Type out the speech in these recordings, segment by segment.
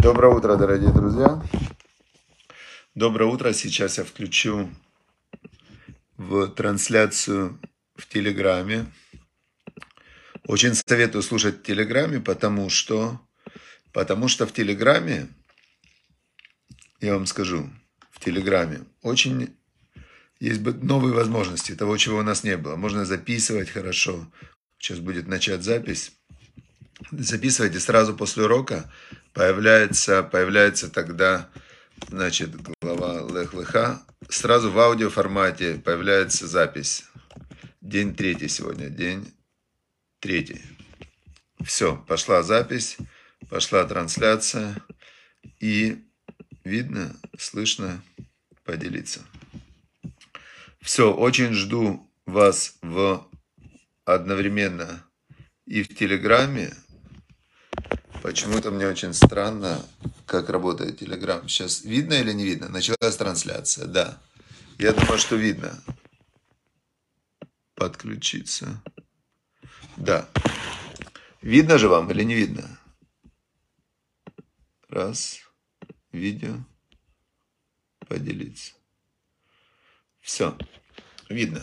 Доброе утро, дорогие друзья. Доброе утро. Сейчас я включу в трансляцию в Телеграме. Очень советую слушать в Телеграме, потому что в Телеграме, я вам скажу, в Телеграме очень есть новые возможности, того, чего у нас не было. Можно записывать хорошо. Сейчас будет начать запись. Записывайте сразу после урока. Появляется тогда, значит, глава Лех Леха. Сразу в аудиоформате появляется запись. День 3 сегодня, день 3. Все, пошла запись, пошла трансляция. И видно, слышно, поделиться. Все, очень жду вас одновременно и в Телеграме. Почему-то мне очень странно, как работает Телеграм. Сейчас видно или не видно? Началась трансляция, да. Я думаю, что видно. Подключиться. Да. Видно же вам или не видно? Раз. Видео. Поделиться. Все. Видно.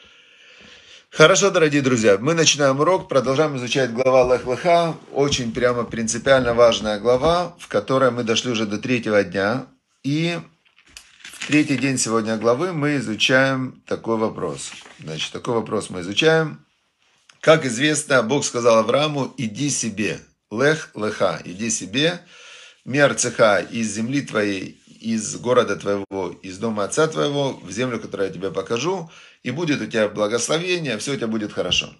Хорошо, дорогие друзья, мы начинаем урок, продолжаем изучать глава Лех Леха, очень прямо принципиально важная глава, в которой мы дошли уже до 3-го дня, и в 3-й день сегодня главы мы изучаем такой вопрос. Значит, такой вопрос мы изучаем. Как известно, Бог сказал Аврааму: иди себе, Лех Леха, иди себе, Миарцеха, из земли твоей, из города твоего, из дома отца твоего, в землю, которую я тебе покажу, и будет у тебя благословение, все у тебя будет хорошо.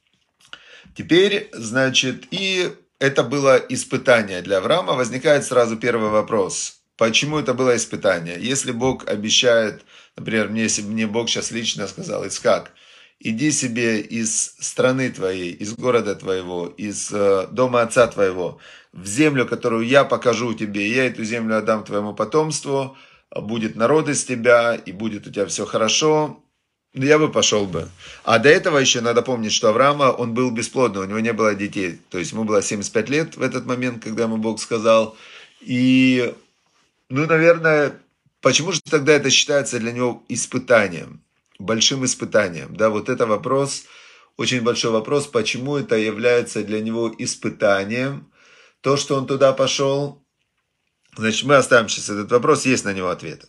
Теперь, значит, и это было испытание для Авраама. Возникает сразу первый вопрос. Почему это было испытание? Если Бог обещает, например, если бы мне Бог сейчас лично сказал: Ицхак, иди себе из страны твоей, из города твоего, из дома отца твоего, в землю, которую я покажу тебе, я эту землю отдам твоему потомству, будет народ из тебя, и будет у тебя все хорошо, я бы пошел бы. А до этого еще надо помнить, что Авраама, он был бесплодный, у него не было детей. То есть ему было 75 лет в этот момент, когда ему Бог сказал. И, наверное, почему же тогда это считается для него испытанием, большим испытанием? Да, вот это вопрос, очень большой вопрос, почему это является для него испытанием, то, что он туда пошел. Значит, мы оставим сейчас этот вопрос, есть на него ответ.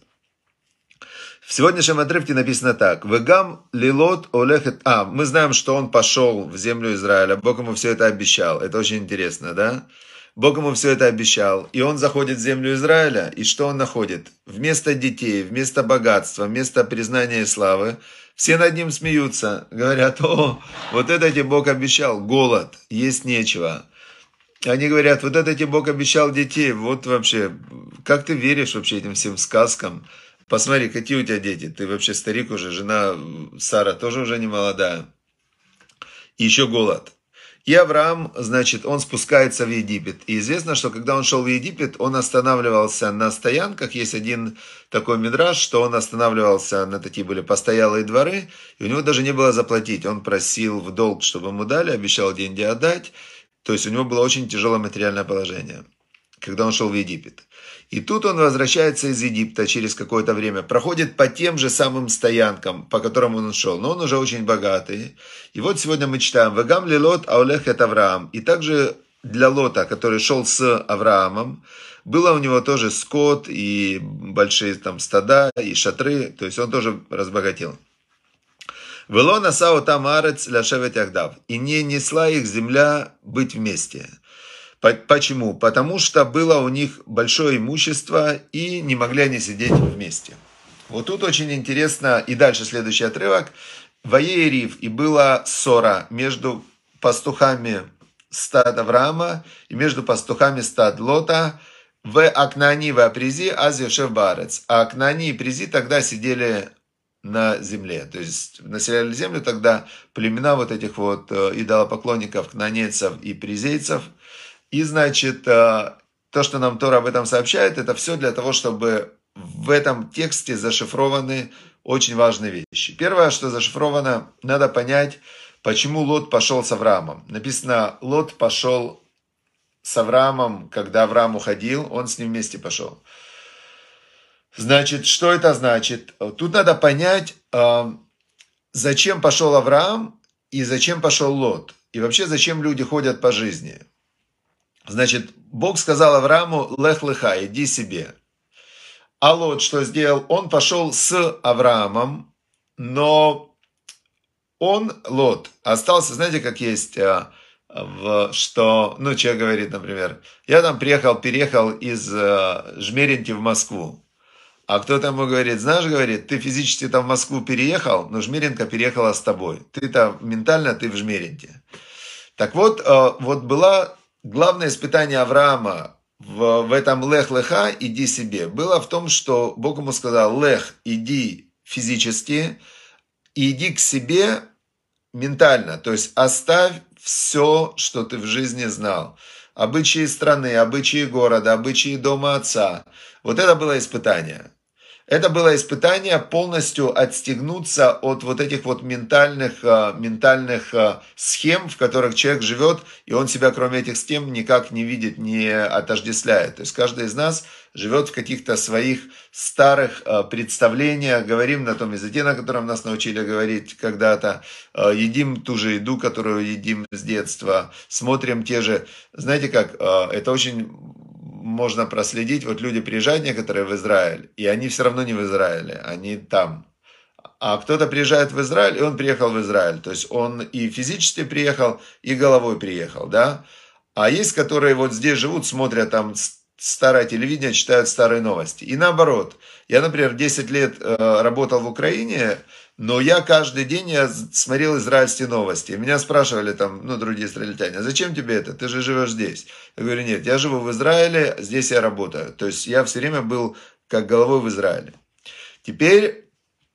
В сегодняшнем отрывке написано так. «Вегам лилот олехет». Мы знаем, что он пошел в землю Израиля. Бог ему все это обещал. Это очень интересно, да? Бог ему все это обещал. И он заходит в землю Израиля. И что он находит? Вместо детей, вместо богатства, вместо признания и славы, все над ним смеются. Говорят: о, вот это тебе Бог обещал. Голод, есть нечего. Они говорят: вот это тебе Бог обещал детей. Вот вообще, как ты веришь вообще этим всем сказкам? Посмотри, какие у тебя дети. Ты вообще старик уже, жена Сара тоже уже не молодая. И еще голод. И Авраам, значит, он спускается в Египет. И известно, что когда он шел в Египет, он останавливался на стоянках. Есть один такой мидраш, что он останавливался на такие были постоялые дворы, и у него даже не было заплатить. Он просил в долг, чтобы ему дали, обещал деньги отдать. То есть у него было очень тяжелое материальное положение, когда он шел в Египет. И тут он возвращается из Египта через какое-то время, проходит по тем же самым стоянкам, по которым он шел, но он уже очень богатый. И вот сегодня мы читаем: «Вегам лилот аолех эт Авраам». И также для Лота, который шел с Авраамом, было у него тоже скот и большие там стада и шатры, то есть он тоже разбогател. «Вело насао там арец ляшевет яхдав». И не несла их земля быть вместе. Почему? Потому что было у них большое имущество, и не могли они сидеть вместе. Вот тут очень интересно, и дальше следующий отрывок. «Ваеерив», и была ссора между пастухами стад Авраама и между пастухами стад Лота. В Акнани, в Апризи, Азиошев Баарец. А Акнани и Призи тогда сидели на земле, то есть населяли землю тогда племена вот этих вот идолопоклонников, кнанейцев и призейцев. И, значит, то, что нам Тора об этом сообщает, это все для того, чтобы в этом тексте зашифрованы очень важные вещи. Первое, что зашифровано, надо понять, почему Лот пошел с Авраамом. Написано: Лот пошел с Авраамом, когда Авраам уходил, он с ним вместе пошел. Значит, что это значит? Тут надо понять, зачем пошел Авраам и зачем пошел Лот. И вообще, зачем люди ходят по жизни. Значит, Бог сказал Аврааму: «Лех леха, иди себе». А Лот что сделал? Он пошел с Авраамом, но Лот, остался, знаете, как есть, что, человек говорит, например, я там переехал из Жмеринки в Москву. А кто-то ему говорит: знаешь, говорит, ты физически там в Москву переехал, но Жмеринка переехала с тобой. Ты-то ментально ты в Жмеринке. Так вот, было главное испытание Авраама в этом лех леха, иди себе, было в том, что Бог ему сказал: лех, иди физически, и иди к себе ментально, то есть оставь все, что ты в жизни знал. Обычаи страны, обычаи города, обычаи дома отца. Вот это было испытание. Это было испытание полностью отстегнуться от вот этих вот ментальных схем, в которых человек живет, и он себя, кроме этих схем, никак не видит, не отождествляет. То есть каждый из нас живет в каких-то своих старых представлениях, говорим на том языке, на котором нас научили говорить когда-то, едим ту же еду, которую едим с детства, смотрим те же... Знаете как, это очень... можно проследить, вот люди приезжают некоторые в Израиль, и они все равно не в Израиле, они там. А кто-то приезжает в Израиль, и он приехал в Израиль. То есть он и физически приехал, и головой приехал, да. А есть, которые вот здесь живут, смотрят там старое телевидение, читают старые новости. И наоборот. Я, например, 10 лет работал в Украине, но я каждый день смотрел израильские новости. И меня спрашивали там, другие израильтяне: а зачем тебе это? Ты же живешь здесь. Я говорю: нет, я живу в Израиле, здесь я работаю. То есть я все время был как головой в Израиле. Теперь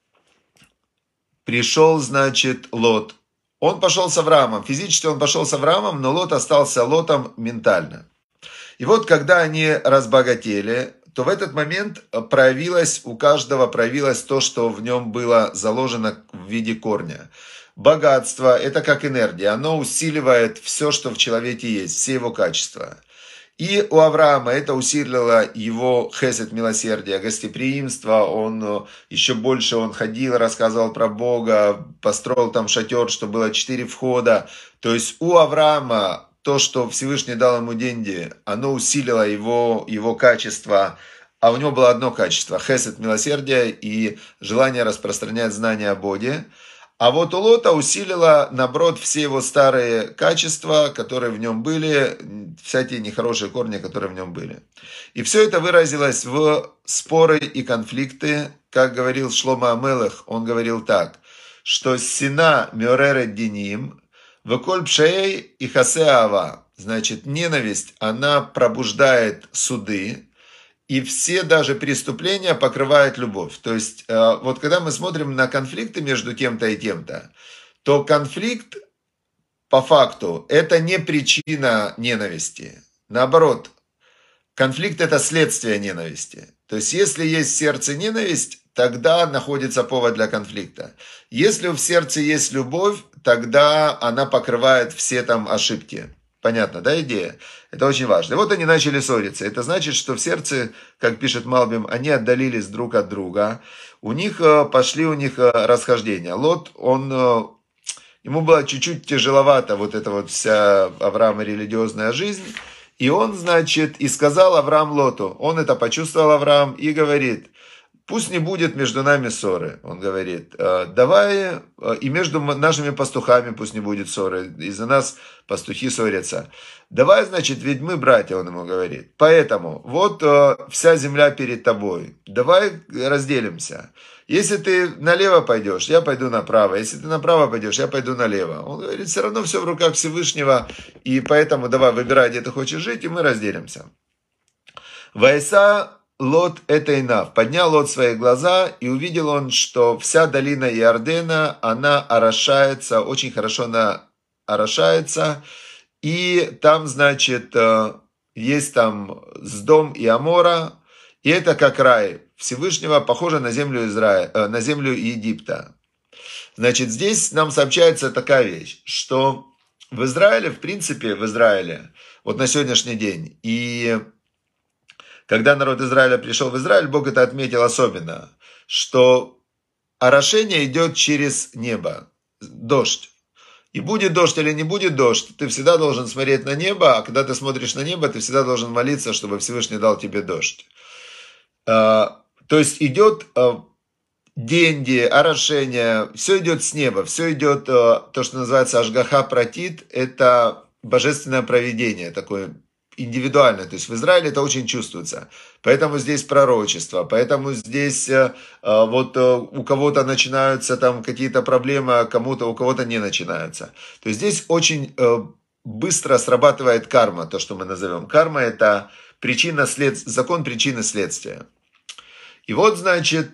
пришел, значит, Лот. Он пошел с Авраамом. Физически он пошел с Авраамом, но Лот остался Лотом ментально. И вот когда они разбогатели, то в этот момент у каждого проявилось то, что в нем было заложено в виде корня. Богатство – это как энергия, оно усиливает все, что в человеке есть, все его качества. И у Авраама это усилило его хесед, милосердие, гостеприимство, еще больше ходил, рассказывал про Бога, построил там шатер, что было 4 входа. То есть у Авраама то, что Всевышний дал ему деньги, оно усилило его качество, а у него было одно качество – хесед, милосердие и желание распространять знания о Боге. А вот у Лота усилило, наоборот, все его старые качества, которые в нем были, всякие нехорошие корни, которые в нем были. И все это выразилось в споры и конфликты. Как говорил Шломо ха-Мелех, он говорил так, что «сина мёререт диним, веколь пшеей и хасе ава». Значит, ненависть, она пробуждает суды, и все даже преступления покрывает любовь. То есть, вот когда мы смотрим на конфликты между тем-то и тем-то, то конфликт, по факту, это не причина ненависти. Наоборот, конфликт – это следствие ненависти. То есть, если есть в сердце ненависть, тогда находится повод для конфликта. Если в сердце есть любовь, тогда она покрывает все там ошибки. Понятно, да, идея? Это очень важно. И вот они начали ссориться. Это значит, что в сердце, как пишет Малбим, они отдалились друг от друга. Пошли расхождения. Лот, ему было чуть-чуть тяжеловато вот эта вот вся Авраама религиозная жизнь. И он, значит, и сказал Авраам Лоту, он это почувствовал, Авраам, и говорит: пусть не будет между нами ссоры. Он говорит: давай, и между нашими пастухами пусть не будет ссоры. Из-за нас пастухи ссорятся. Давай, значит, ведь мы братья, он ему говорит. Поэтому вот вся земля перед тобой. Давай разделимся. Если ты налево пойдешь, я пойду направо. Если ты направо пойдешь, я пойду налево. Он говорит: все равно все в руках Всевышнего. И поэтому давай, выбирай, где ты хочешь жить, и мы разделимся. Вайса Лот это Инав. Поднял Лот свои глаза, и увидел он, что вся долина Иордена, она орошается, очень хорошо она орошается. И там, значит, есть там Сдом и Амора, и это как рай Всевышнего, похоже на землю на землю Египта. Значит, здесь нам сообщается такая вещь, что в Израиле, в принципе, вот на сегодняшний день. И когда народ Израиля пришел в Израиль, Бог это отметил особенно, что орошение идет через небо, дождь. И будет дождь или не будет дождь, ты всегда должен смотреть на небо, а когда ты смотришь на небо, ты всегда должен молиться, чтобы Всевышний дал тебе дождь. То есть идет деньги, орошение, все идет с неба, все идет, то, что называется ашгаха пратит, это божественное провидение, такое индивидуальное. То есть в Израиле это очень чувствуется. Поэтому здесь пророчество, поэтому здесь вот у кого-то начинаются там какие-то проблемы, а у кого-то не начинаются. То есть здесь очень быстро срабатывает карма, то, что мы назовем. Карма – это закон причины следствия. И вот, значит,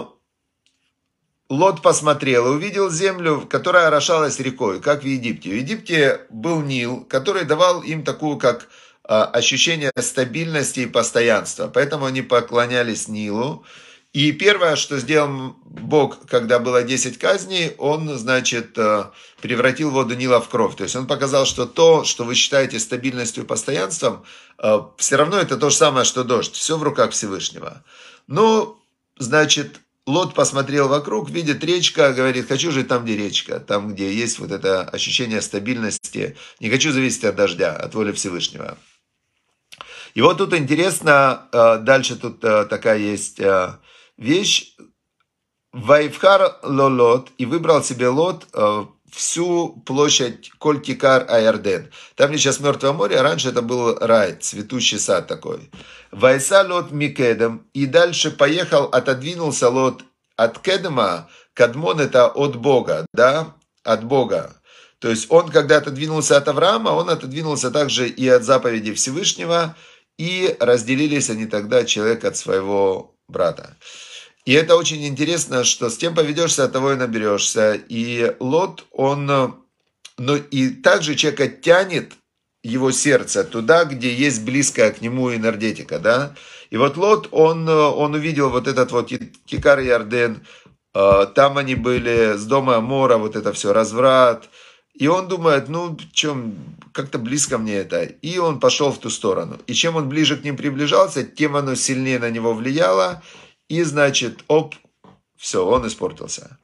Лот посмотрел и увидел землю, которая орошалась рекой, как в Египте. В Египте был Нил, который давал им такую, как ощущение стабильности и постоянства. Поэтому они поклонялись Нилу. И первое, что сделал Бог, когда было 10 казней, он, значит, превратил воду Нила в кровь. То есть он показал, что то, что вы считаете стабильностью и постоянством, все равно это то же самое, что дождь. Все в руках Всевышнего. Ну, значит, Лот посмотрел вокруг, видит речка, говорит, хочу жить там, где речка, там, где есть вот это ощущение стабильности. Не хочу зависеть от дождя, от воли Всевышнего. И вот тут интересно, дальше тут такая есть вещь. Вайфхар лолот, и выбрал себе Лот всю площадь Коль-Кикар Айарден. Там, где сейчас Мертвое море, а раньше это был рай, цветущий сад такой. Вайса Лот Микедем, и дальше поехал, отодвинулся Лот от Кедема. Кадмон это от Бога, да, от Бога. То есть он, когда отодвинулся от Авраама, он отодвинулся также и от заповеди Всевышнего, и разделились они тогда, человек от своего брата. И это очень интересно, что с тем поведешься, от того и наберешься. И Лот, он, ну и также человека тянет его сердце туда, где есть близкая к нему энергетика, да. И вот Лот, он увидел вот этот вот Кикар Ярден, там они были, с дома Амора, вот это все, разврат. И он думает, ну, чем как-то близко мне это. И он пошел в ту сторону. И чем он ближе к ним приближался, тем оно сильнее на него влияло. И, значит, все, он испортился.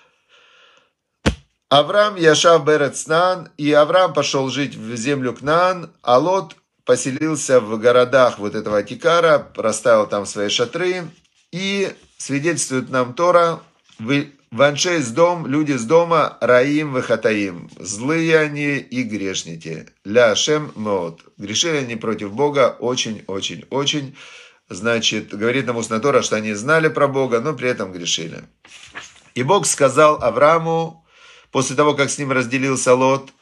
Авраам Яшав Берец Кнаан, и Авраам пошел жить в землю Кнаан, а Лот поселился в городах вот этого Кикара, расставил там свои шатры. И свидетельствует нам Тора, ваншей с дом, люди с дома, раим вехатаим, злые они и грешники, ля шем меот, грешили они против Бога очень. Значит, говорит нам устная Тора, что они знали про Бога, но при этом грешили. И Бог сказал Аврааму, после того, как с ним разделился Лот,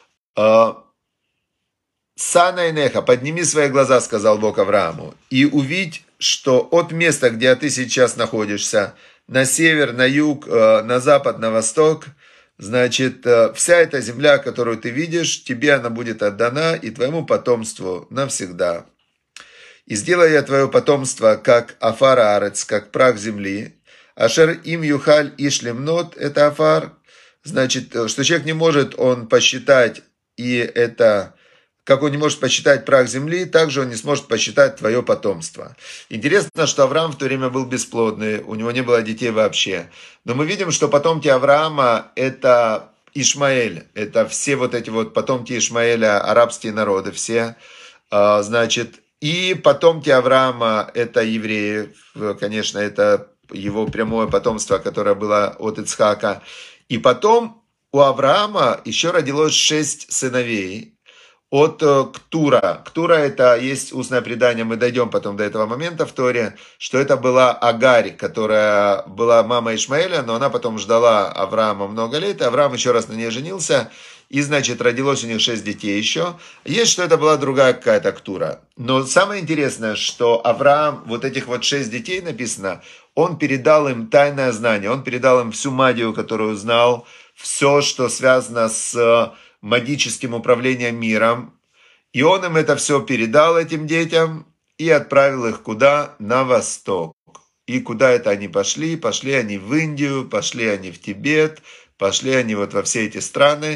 «Сана инеха, подними свои глаза», сказал Бог Аврааму, «и увидь, что от места, где ты сейчас находишься, на север, на юг, на запад, на восток, значит, вся эта земля, которую ты видишь, тебе она будет отдана и твоему потомству навсегда. И сделаю я твое потомство, как афар арец, как прах земли. Ашер им юхаль ишлемнот, это афар. Значит, что человек не может он посчитать, и это, как он не может посчитать прах земли, также он не сможет посчитать твое потомство. Интересно, что Авраам в то время был бесплодный, у него не было детей вообще. Но мы видим, что потомки Авраама это Ишмаэль, это все вот эти вот потомки Ишмаэля, арабские народы все, значит. И потомки Авраама, это евреи, конечно, это его прямое потомство, которое было от Ицхака. И потом у Авраама еще родилось 6 сыновей от Ктура. Ктура это есть устное предание, мы дойдем потом до этого момента в Торе, что это была Агарь, которая была мама Ишмаэля, но она потом ждала Авраама много лет, и Авраам еще раз на ней женился. И, значит, родилось у них 6 детей еще. Есть, что это была другая какая-то Ктура. Но самое интересное, что Авраам, вот этих вот 6 детей написано, он передал им тайное знание, он передал им всю магию, которую знал, все, что связано с магическим управлением миром. И он им это все передал, этим детям, и отправил их куда? На восток. И куда это они пошли? Пошли они в Индию, пошли они в Тибет, пошли они вот во все эти страны.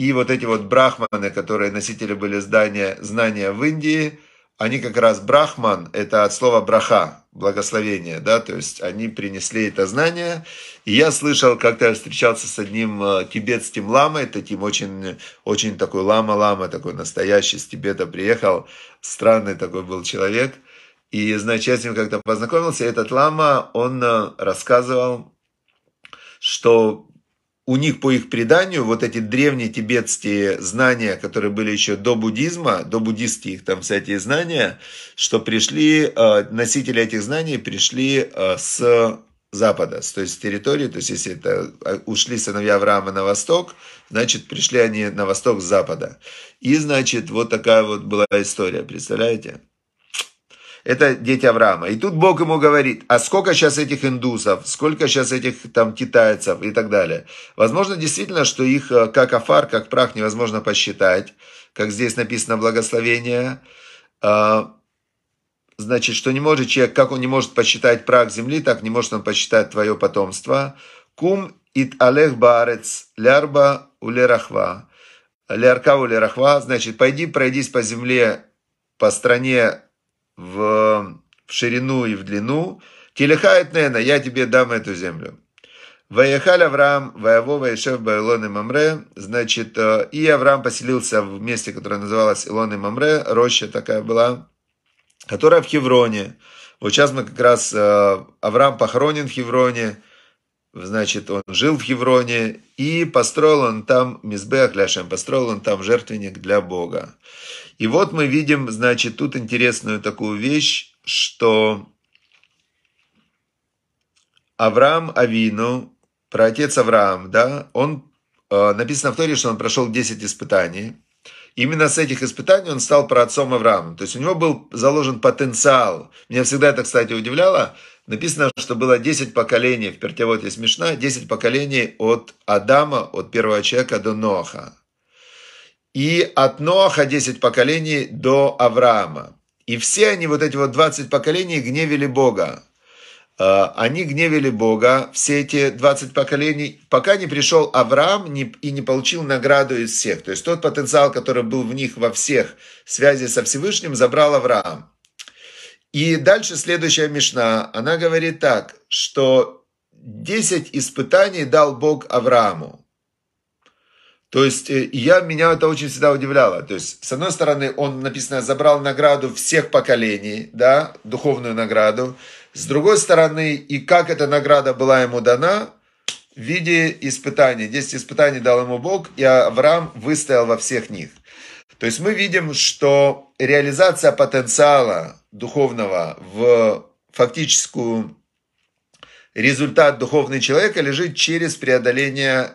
И вот эти вот брахманы, которые носители были знания в Индии, они как раз брахман, это от слова браха, благословение, да, то есть они принесли это знание. И я слышал, как-то я встречался с одним тибетским ламой, таким очень, очень такой лама-лама, такой настоящий, с Тибета приехал, странный такой был человек. И, значит, я с ним как-то познакомился, и этот лама, он рассказывал, что у них, по их преданию, вот эти древние тибетские знания, которые были еще до буддизма, до буддистские их там всякие знания, что пришли, носители этих знаний пришли с запада, то есть с территории, то есть если это ушли сыновья Авраама на восток, значит пришли они на восток с запада. И, значит, вот такая вот была история, представляете? Это дети Авраама. И тут Бог ему говорит, а сколько сейчас этих индусов, сколько сейчас этих там китайцев и так далее. Возможно, действительно, что их как афар, как прах невозможно посчитать, как здесь написано благословение. Значит, что не может человек, как он не может посчитать прах земли, так не может он посчитать твое потомство. Кум ит алех баарец лярба улерахва. Лярка улерахва, значит, пойди пройдись по земле, по стране, в ширину и в длину, телехает нена, я тебе дам эту землю. Ваехаль Авраам, Ваево, Ваешев, Баэлон и Мамре, значит, и Авраам поселился в месте, которое называлось Илон и Мамре, роща такая была, которая в Хевроне. Вот сейчас мы как раз, Авраам похоронен в Хевроне, значит, он жил в Хевроне, и построил он там Мизбеах ля-Ашем, построил он там жертвенник для Бога. И вот мы видим, значит, тут интересную такую вещь, что Авраам Авину, праотец Авраам, да, он, написано в Торе, что он прошел 10 испытаний. Именно с этих испытаний он стал праотцом Авраама. То есть у него был заложен потенциал. Меня всегда это, кстати, удивляло. Написано, что было 10 поколений, в Пертевот есть Мишна, 10 поколений от Адама, от первого человека до Ноаха. И от Ноаха 10 поколений до Авраама. И все они, вот эти вот 20 поколений, гневили Бога. Они гневили Бога, все эти 20 поколений, пока не пришел Авраам и не получил награду из всех. То есть тот потенциал, который был в них во всех связи со Всевышним, забрал Авраам. И дальше следующая Мишна, она говорит так, что 10 испытаний дал Бог Аврааму. То есть меня это очень всегда удивляло. То есть, с одной стороны, он, написано, забрал награду всех поколений, да, духовную награду. С другой стороны, и как эта награда была ему дана, в виде испытаний. 10 испытаний дал ему Бог, и Авраам выстоял во всех них. То есть мы видим, что реализация потенциала духовного в фактическую результат духовного человека лежит через преодоление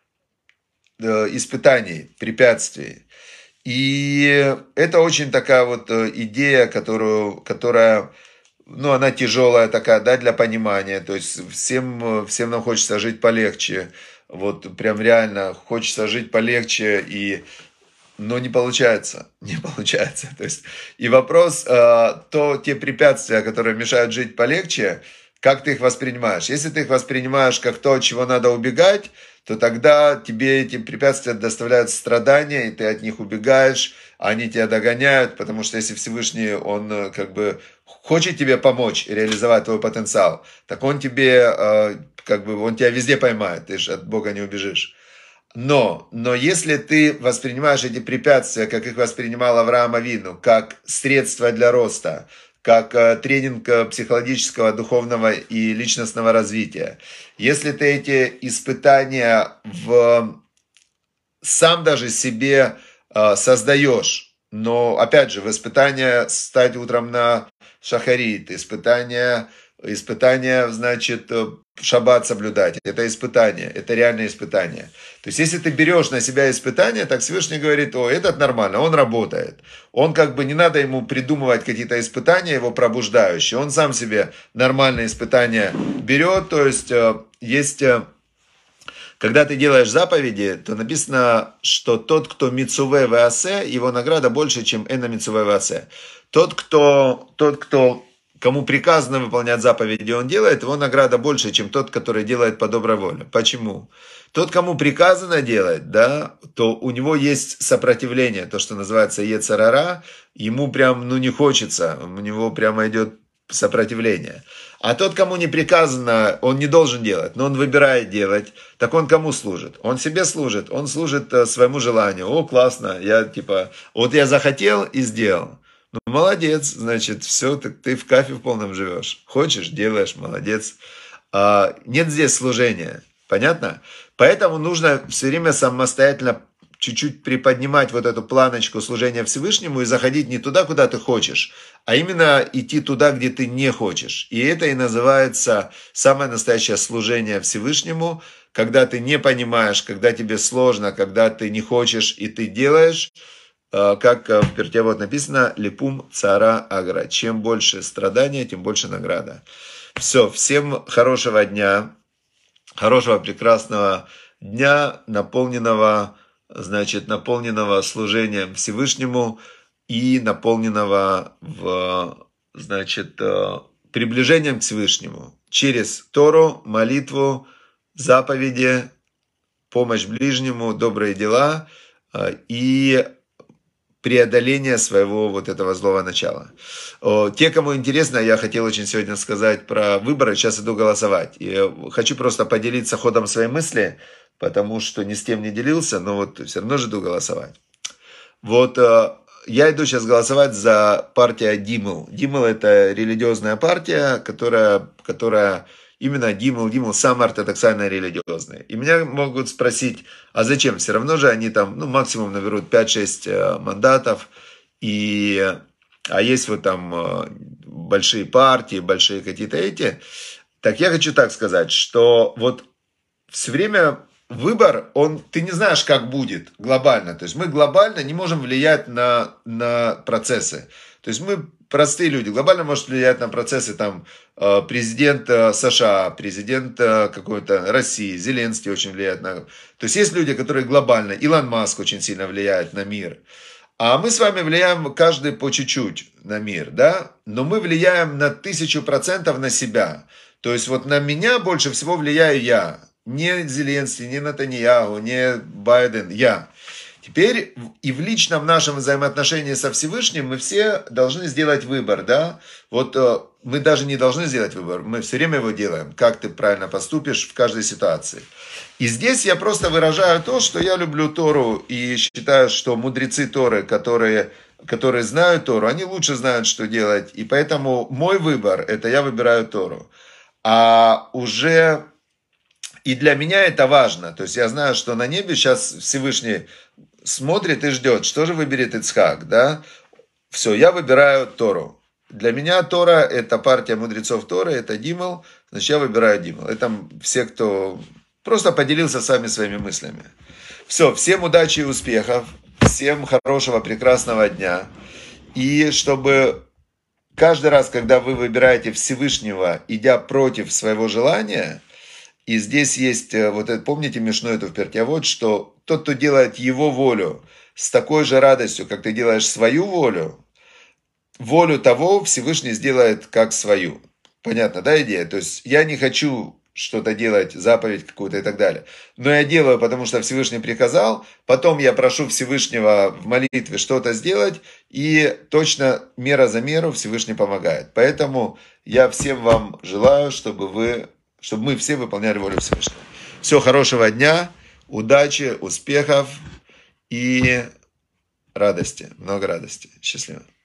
испытаний, препятствий. И это очень такая вот идея, которая, ну, она тяжелая такая, да, для понимания. То есть всем нам хочется жить полегче. Вот прям реально хочется жить полегче, но не получается. Не получается. То есть, и вопрос, те препятствия, которые мешают жить полегче, как ты их воспринимаешь? Если ты их воспринимаешь как то, от чего надо убегать, то тогда тебе эти препятствия доставляют страдания, и ты от них убегаешь, они тебя догоняют, потому что если Всевышний, он как бы хочет тебе помочь реализовать твой потенциал, так он тебе, он тебя везде поймает, ты же от Бога не убежишь. Но если ты воспринимаешь эти препятствия, как их воспринимал Авраам Авину, как средство для роста, как тренинг психологического, духовного и личностного развития. Если ты эти испытания сам даже себе создаешь, но опять же, в испытания встать утром на шахарит, испытания, значит, шаббат соблюдать, это испытание, это реальное испытание. То есть, если ты берешь на себя испытание, так Всевышний говорит, этот нормально, он работает. Он как бы не надо ему придумывать какие-то испытания, его пробуждающие. Он сам себе нормальные испытания берет. То есть, когда ты делаешь заповеди, то написано, что тот, кто мицуве ваасе, его награда больше, чем эна мицуве ваасе. Тот, кто кому приказано выполнять заповеди, он делает, его награда больше, чем тот, который делает по доброй воле. Почему? Тот, кому приказано делать, да, то у него есть сопротивление, то, что называется йецер ара, ему прям, ну, не хочется, у него прямо идет сопротивление. А тот, кому не приказано, он не должен делать, но он выбирает делать, так он кому служит? Он себе служит, он служит своему желанию. О, классно, я типа, вот я захотел и сделал. Ну, молодец, значит, все, ты в кайфе в полном живешь. Хочешь, делаешь, молодец. Нет здесь служения, понятно? Поэтому нужно все время самостоятельно чуть-чуть приподнимать вот эту планочку служения Всевышнему и заходить не туда, куда ты хочешь, а именно идти туда, где ты не хочешь. И это и называется самое настоящее служение Всевышнему, когда ты не понимаешь, когда тебе сложно, когда ты не хочешь и ты делаешь, как в Перкей Авот написано, липум цара агра. Чем больше страдания, тем больше награда. Все, всем хорошего дня, хорошего прекрасного дня, наполненного служением Всевышнему и наполненного приближением к Всевышнему через Тору, молитву, заповеди, помощь ближнему, добрые дела и преодоление своего вот этого злого начала. Те, кому интересно, я хотел очень сегодня сказать про выборы, сейчас иду голосовать. И хочу просто поделиться ходом своей мысли, потому что ни с кем не делился, но вот все равно же иду голосовать. Вот я иду сейчас голосовать за партию Димл. Димл — это религиозная партия, которая именно Димл, самая ортодоксальная религиозная. И меня могут спросить, а зачем? Все равно же они там, ну, максимум наберут 5-6 мандатов. А есть вот там большие партии, большие какие-то эти. Так я хочу так сказать, что вот все время выбор, ты не знаешь, как будет глобально. То есть мы глобально не можем влиять на процессы. То есть мы простые люди. Глобально может влиять на процессы там президент США, президент какой-то России, Зеленский очень влияет на... То есть есть люди, которые глобально, Илон Маск очень сильно влияет на мир. А мы с вами влияем каждый по чуть-чуть на мир, да? Но мы влияем на 1000% на себя. То есть вот на меня больше всего влияю я. Не Зеленский, не Нетаньяху, не Байден, я. Теперь и в личном нашем взаимоотношении со Всевышним мы все должны сделать выбор, да? Вот мы даже не должны сделать выбор, мы все время его делаем, как ты правильно поступишь в каждой ситуации. И здесь я просто выражаю то, что я люблю Тору и считаю, что мудрецы Торы, которые знают Тору, они лучше знают, что делать. И поэтому мой выбор — это я выбираю Тору. А уже... И для меня это важно. То есть я знаю, что на небе сейчас Всевышний смотрит и ждет, что же выберет Ицхак, да? Все, я выбираю Тору. Для меня Тора — это партия мудрецов Торы, это Димл, значит, я выбираю Димл. Это все, кто просто поделился с вами своими мыслями. Все, всем удачи и успехов, всем хорошего, прекрасного дня. И чтобы каждый раз, когда вы выбираете Всевышнего, идя против своего желания, и здесь есть, вот это, помните Мишну эту в Перкей Авот, что тот, кто делает его волю с такой же радостью, как ты делаешь свою волю, волю того Всевышний сделает как свою. Понятно, да, идея? То есть я не хочу что-то делать, заповедь какую-то и так далее. Но я делаю, потому что Всевышний приказал, потом я прошу Всевышнего в молитве что-то сделать, и точно мера за меру Всевышний помогает. Поэтому я всем вам желаю, чтобы мы все выполняли волю Всевышнего. Всего хорошего дня, удачи, успехов и радости. Много радости. Счастливо.